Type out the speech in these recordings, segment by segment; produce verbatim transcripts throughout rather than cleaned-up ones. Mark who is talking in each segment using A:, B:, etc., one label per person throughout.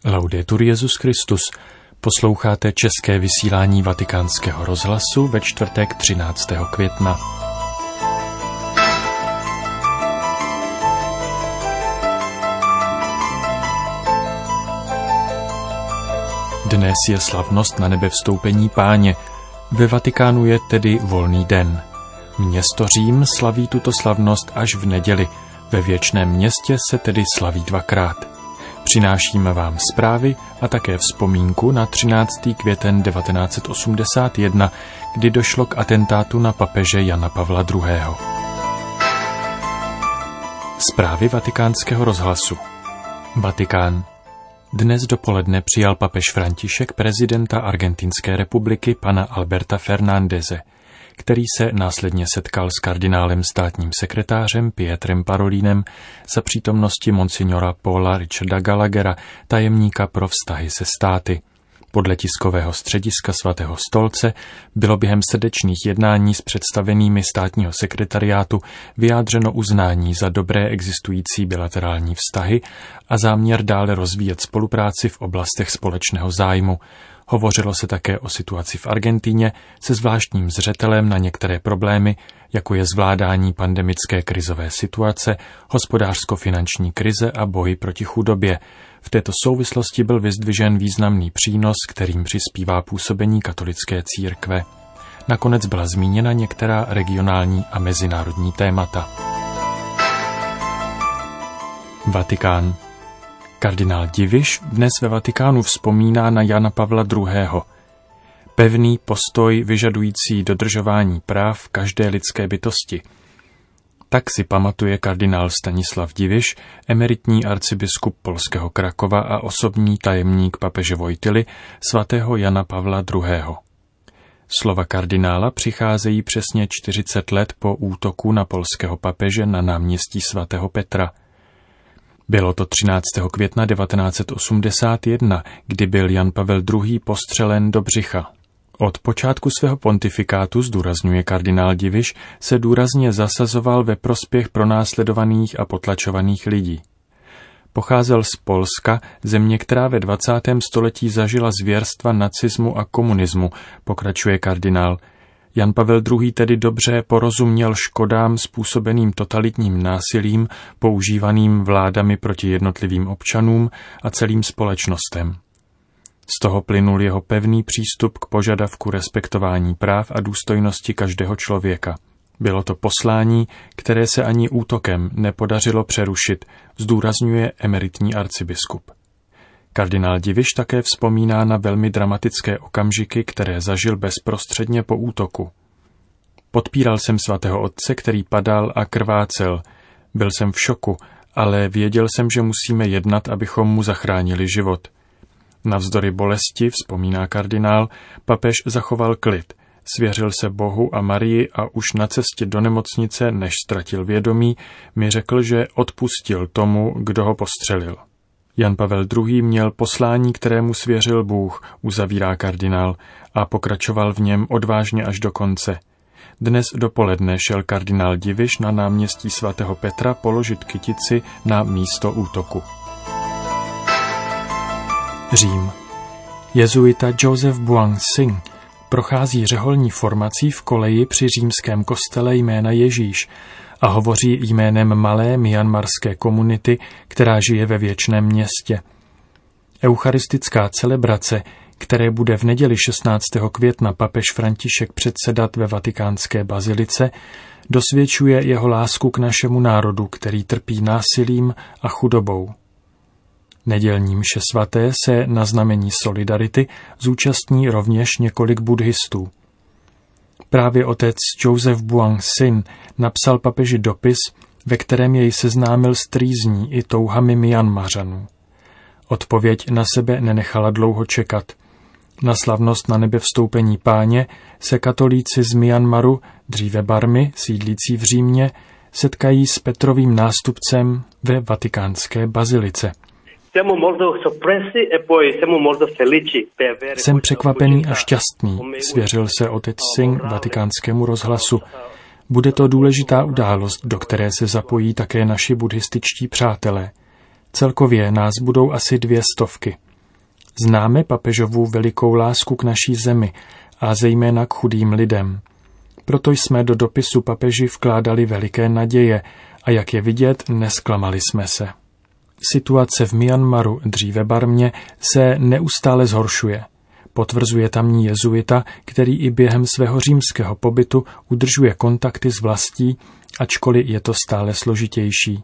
A: Laudetur Jesus Christus. Posloucháte české vysílání Vatikánského rozhlasu ve čtvrtek třináctého května. Dnes je slavnost na nebevstoupení Páně. Ve Vatikánu je tedy volný den. Město Řím slaví tuto slavnost až v neděli. Ve Věčném městě se tedy slaví dvakrát. Přinášíme vám zprávy a také vzpomínku na třináctého květen devatenáct set osmdesát jedna, kdy došlo k atentátu na papeže Jana Pavla druhého. Zprávy Vatikánského rozhlasu. Vatikán. Dnes dopoledne přijal papež František prezidenta Argentinské republiky pana Alberta Fernándeze, který se následně setkal s kardinálem státním sekretářem Pietrem Parolinem za přítomnosti monsignora Paula Richarda Gallaghera, tajemníka pro vztahy se státy. Podle tiskového střediska Svatého stolce bylo během srdečných jednání s představenými státního sekretariátu vyjádřeno uznání za dobré existující bilaterální vztahy a záměr dále rozvíjet spolupráci v oblastech společného zájmu. Hovořilo se také o situaci v Argentíně se zvláštním zřetelem na některé problémy, jako je zvládání pandemické krizové situace, hospodářsko-finanční krize a boj proti chudobě. V této souvislosti byl vyzdvižen významný přínos, kterým přispívá působení katolické církve. Nakonec byla zmíněna některá regionální a mezinárodní témata. Vatikán. Kardinál Diviš dnes ve Vatikánu vzpomíná na Jana Pavla druhého. Pevný postoj vyžadující dodržování práv každé lidské bytosti. Tak si pamatuje kardinál Stanislav Diviš, emeritní arcibiskup polského Krakova a osobní tajemník papeže Wojtyly, svatého Jana Pavla druhého. Slova kardinála přicházejí přesně čtyřicet let po útoku na polského papeže na náměstí svatého Petra. Bylo to třináctého května devatenáct set osmdesát jedna, kdy byl Jan Pavel druhý. Postřelen do břicha. Od počátku svého pontifikátu, zdůrazňuje kardinál Diviš, se důrazně zasazoval ve prospěch pronásledovaných a potlačovaných lidí. Pocházel z Polska, země, která ve dvacátém století zažila zvěrstva nacismu a komunismu, pokračuje kardinál. Jan Pavel druhý. Tedy dobře porozuměl škodám způsobeným totalitním násilím, používaným vládami proti jednotlivým občanům a celým společnostem. Z toho plynul jeho pevný přístup k požadavku respektování práv a důstojnosti každého člověka. Bylo to poslání, které se ani útokem nepodařilo přerušit, zdůrazňuje emeritní arcibiskup. Kardinál Diviš také vzpomíná na velmi dramatické okamžiky, které zažil bezprostředně po útoku. Podpíral jsem svatého otce, který padal a krvácel. Byl jsem v šoku, ale věděl jsem, že musíme jednat, abychom mu zachránili život. Navzdory bolesti, vzpomíná kardinál, papež zachoval klid. Svěřil se Bohu a Marii a už na cestě do nemocnice, než ztratil vědomí, mi řekl, že odpustil tomu, kdo ho postřelil. Jan Pavel druhý. Měl poslání, kterému svěřil Bůh, uzavírá kardinál, a pokračoval v něm odvážně až do konce. Dnes dopoledne šel kardinál Diviš na náměstí svatého Petra položit kytici na místo útoku. Řím. Jezuita Joseph Buang Sing prochází řeholní formací v koleji při římském kostele jména Ježíš a hovoří jménem malé myanmarské komunity, která žije ve Věčném městě. Eucharistická celebrace, které bude v neděli šestnáctého května papež František předsedat ve vatikánské bazilice, dosvědčuje jeho lásku k našemu národu, který trpí násilím a chudobou. Nedělní mše svaté se na znamení solidarity zúčastní rovněž několik buddhistů. Právě otec Joseph Buang Sin napsal papeži dopis, ve kterém jej seznámil s trýzní i touhami Myanmařanů. Odpověď na sebe nenechala dlouho čekat. Na slavnost na nebevstoupení Páně se katolíci z Myanmaru, dříve Barmy, sídlící v Římě, setkají s Petrovým nástupcem ve vatikánské bazilice. Jsem překvapený a šťastný, svěřil se otec Singh Vatikánskému rozhlasu. Bude to důležitá událost, do které se zapojí také naši buddhističtí přátelé. Celkově nás budou asi dvě stovky. Známe papežovu velikou lásku k naší zemi a zejména k chudým lidem. Proto jsme do dopisu papeži vkládali veliké naděje a jak je vidět, nesklamali jsme se. Situace v Myanmaru, dříve Barmě, se neustále zhoršuje. Potvrzuje tamní jezuita, který i během svého římského pobytu udržuje kontakty s vlastí, ačkoliv je to stále složitější.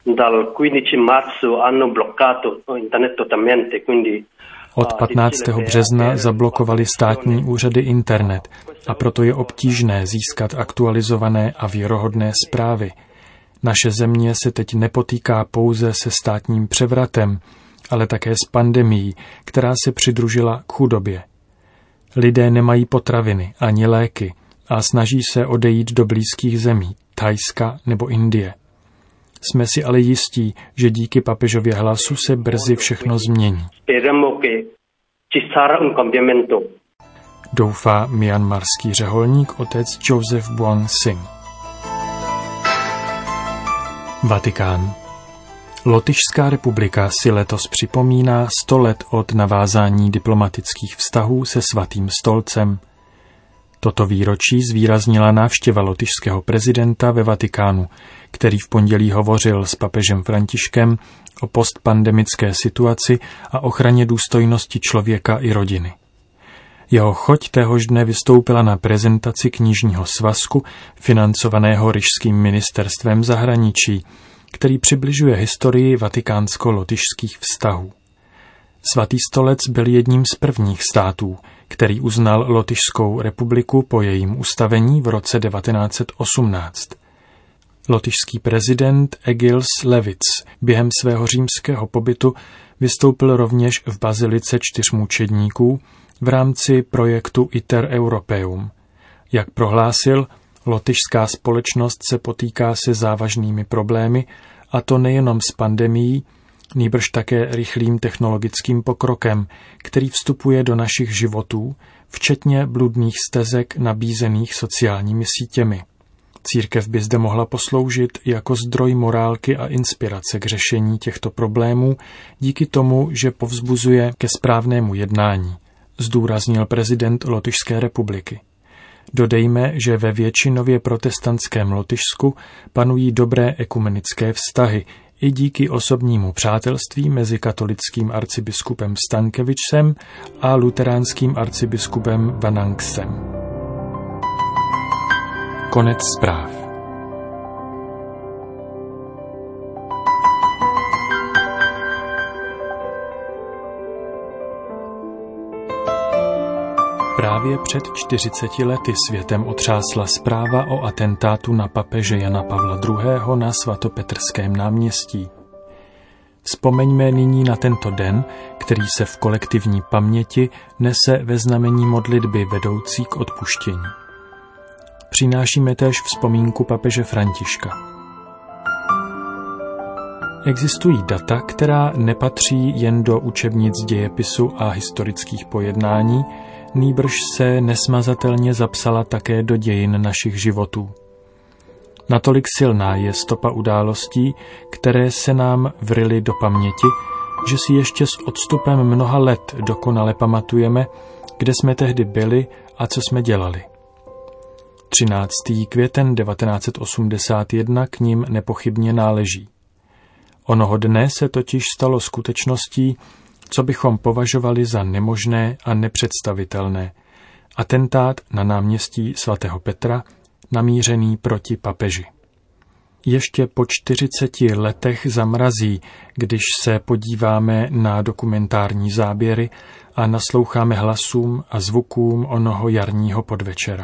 A: Od patnáctého března zablokovali státní úřady internet a proto je obtížné získat aktualizované a věrohodné zprávy. Naše země se teď nepotýká pouze se státním převratem, ale také s pandemií, která se přidružila k chudobě. Lidé nemají potraviny ani léky a snaží se odejít do blízkých zemí, Thajska nebo Indie. Jsme si ale jistí, že díky papežově hlasu se brzy všechno změní. Doufá myanmarský řeholník otec Joseph Buang Sing. Vatikán. Lotyšská republika si letos připomíná sto let od navázání diplomatických vztahů se Svatým stolcem. Toto výročí zvýraznila návštěva lotyšského prezidenta ve Vatikánu, který v pondělí hovořil s papežem Františkem o postpandemické situaci a ochraně důstojnosti člověka i rodiny. Jeho choť téhož dne vystoupila na prezentaci knižního svazku, financovaného Ryšským ministerstvem zahraničí, který přibližuje historii vatikánsko-lotyšských vztahů. Svatý stolec byl jedním z prvních států, který uznal Lotyšskou republiku po jejím ustavení v roce devatenáct set osmnáct. Lotyšský prezident Egils Levic během svého římského pobytu vystoupil rovněž v bazilice čtyř mučedníků v rámci projektu Iter Europeum. Jak prohlásil, lotyšská společnost se potýká se závažnými problémy, a to nejenom s pandemií, nýbrž také rychlým technologickým pokrokem, který vstupuje do našich životů, včetně bludných stezek nabízených sociálními sítěmi. Církev by zde mohla posloužit jako zdroj morálky a inspirace k řešení těchto problémů díky tomu, že povzbuzuje ke správnému jednání, zdůraznil prezident Lotyšské republiky. Dodejme, že ve většinově protestantském Lotyšsku panují dobré ekumenické vztahy i díky osobnímu přátelství mezi katolickým arcibiskupem Stankevičem a luteránským arcibiskupem Vananksem. Konec zpráv. Právě před čtyřiceti lety světem otřásla zpráva o atentátu na papeže Jana Pavla druhého. na svatopetrském náměstí. Vzpomeňme nyní na tento den, který se v kolektivní paměti nese ve znamení modlitby vedoucí k odpuštění. Přinášíme též vzpomínku papeže Františka. Existují data, která nepatří jen do učebnic dějepisu a historických pojednání, nýbrž se nesmazatelně zapsala také do dějin našich životů. Natolik silná je stopa událostí, které se nám vryly do paměti, že si ještě s odstupem mnoha let dokonale pamatujeme, kde jsme tehdy byli a co jsme dělali. třináctého května devatenáct set osmdesát jedna k nim nepochybně náleží. Onoho dne se totiž stalo skutečností, co bychom považovali za nemožné a nepředstavitelné. Atentát na náměstí svatého Petra, namířený proti papeži. Ještě po čtyřiceti letech zamrazí, když se podíváme na dokumentární záběry a nasloucháme hlasům a zvukům onoho jarního podvečera.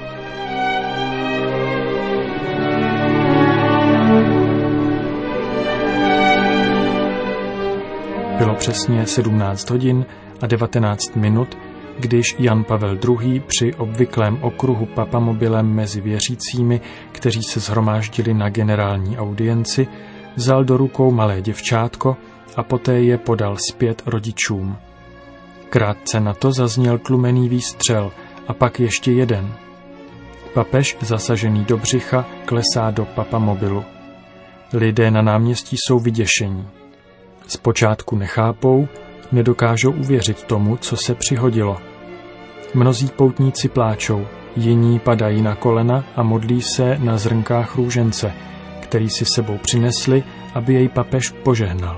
A: Bylo přesně sedmnáct hodin a devatenáct minut, když Jan Pavel druhý. při obvyklém okruhu papamobilem mezi věřícími, kteří se shromáždili na generální audienci, vzal do rukou malé děvčátko a poté je podal zpět rodičům. Krátce na to zazněl tlumený výstřel a pak ještě jeden. Papež, zasažený do břicha, klesá do papamobilu. Lidé na náměstí jsou vyděšení. Zpočátku nechápou, nedokážou uvěřit tomu, co se přihodilo. Mnozí poutníci pláčou, jiní padají na kolena a modlí se na zrnkách růžence, který si sebou přinesli, aby jej papež požehnal.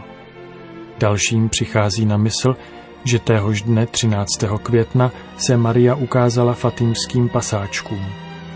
A: Dalším přichází na mysl, že téhož dne třináctého května se Maria ukázala fatimským pasáčkům.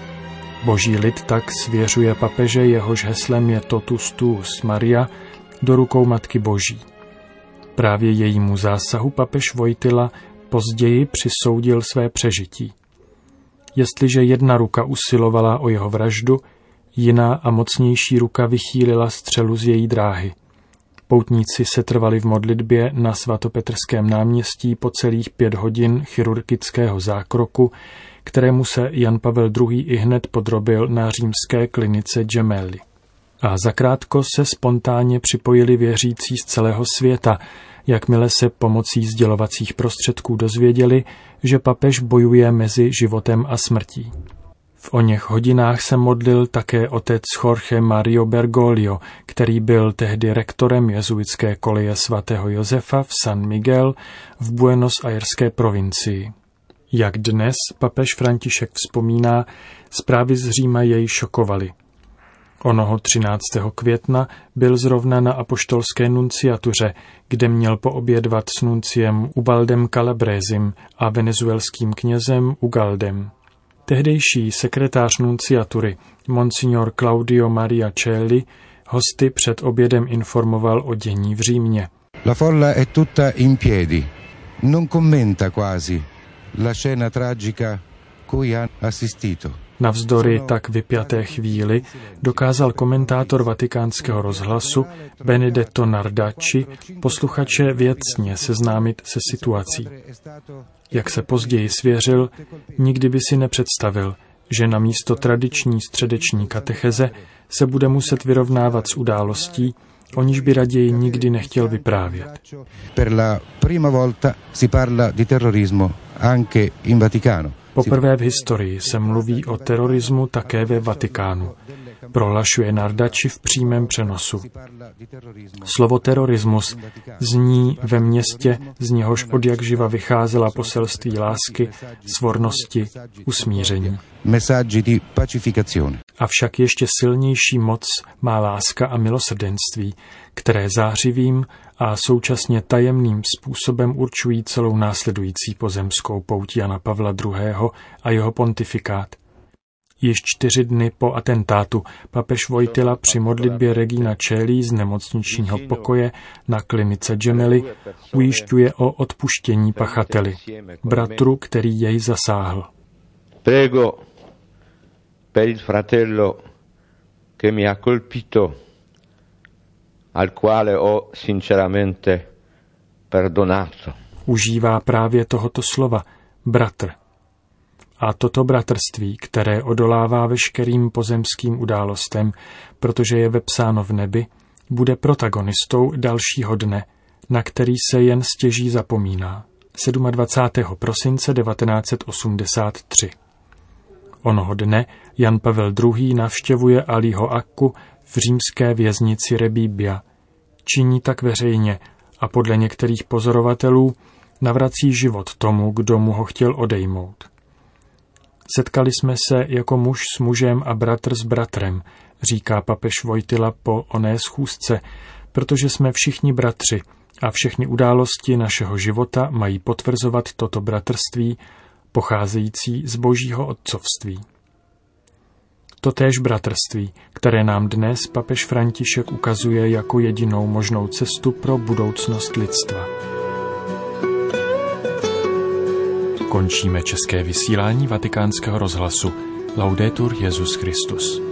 A: Boží lid tak svěřuje papeže, jehož heslem je Totus tuus Maria, do rukou Matky Boží. Právě jejímu zásahu papež Wojtyla později přisoudil své přežití. Jestliže jedna ruka usilovala o jeho vraždu, jiná a mocnější ruka vychýlila střelu z její dráhy. Poutníci se trvali v modlitbě na svatopetrském náměstí po celých pět hodin chirurgického zákroku, kterému se Jan Pavel druhý. Ihned podrobil na římské klinice Gemelli. A zakrátko se spontánně připojili věřící z celého světa, jakmile se pomocí sdělovacích prostředků dozvěděli, že papež bojuje mezi životem a smrtí. V oněch hodinách se modlil také otec Jorge Mario Bergoglio, který byl tehdy rektorem jezuitské koleje svatého Josefa v San Miguel v Buenos Airské provincii. Jak dnes papež František vzpomíná, zprávy z Říma jej šokovaly. Onoho třináctého května byl zrovna na apoštolské nunciatuře, kde měl poobědvat s nunciem Ubaldem Calabresim a venezuelským knězem Ugaldem. Tehdejší sekretář nunciatury, monsignor Claudio Maria Celli, hosty před obědem informoval o dění v Římě.
B: La folla è tutta in piedi, non commenta quasi la scena tragica cui ha assistito.
A: Navzdory tak vypjaté chvíli dokázal komentátor vatikánského rozhlasu Benedetto Nardacci posluchače věcně seznámit se situací. Jak se později svěřil, nikdy by si nepředstavil, že na místo tradiční středeční katecheze se bude muset vyrovnávat s událostí, o níž by raději nikdy nechtěl vyprávět.
B: Per la prima volta si parla di terrorismo anche in Vaticano.
A: Poprvé v historii se mluví o terorismu také ve Vatikánu, prohlašuje Nardacci v přímém přenosu. Slovo terorismus zní ve městě, z něhož odjakživa vycházela poselství lásky, svornosti, usmíření. Avšak ještě silnější moc má láska a milosrdenství, které zářivým a současně tajemným způsobem určují celou následující pozemskou pouť Jana Pavla druhého. A jeho pontifikát. Již čtyři dny po atentátu papež Wojtyla při modlitbě Regina Coeli z nemocničního pokoje na klinice Gemelli ujišťuje o odpuštění pachateli, bratru, který jej zasáhl.
C: Prego per il fratello che mi ha colpito, al quale ho sinceramente perdonato.
A: Užívá právě tohoto slova, bratr. A toto bratrství, které odolává veškerým pozemským událostem, protože je vepsáno v nebi, bude protagonistou dalšího dne, na který se jen stěží zapomíná. dvacátého sedmého prosince devatenáct set osmdesát tři. Onoho dne Jan Pavel druhý. Navštěvuje Aliho Akku v římské věznici Rebibbia. Činí tak veřejně a podle některých pozorovatelů navrací život tomu, kdo mu ho chtěl odejmout. Setkali jsme se jako muž s mužem a bratr s bratrem, říká papež Wojtyla po oné schůzce, protože jsme všichni bratři a všechny události našeho života mají potvrzovat toto bratrství, pocházející z Božího otcovství. Totéž bratrství, které nám dnes papež František ukazuje jako jedinou možnou cestu pro budoucnost lidstva. Končíme české vysílání Vatikánského rozhlasu. Laudetur Jesus Christus.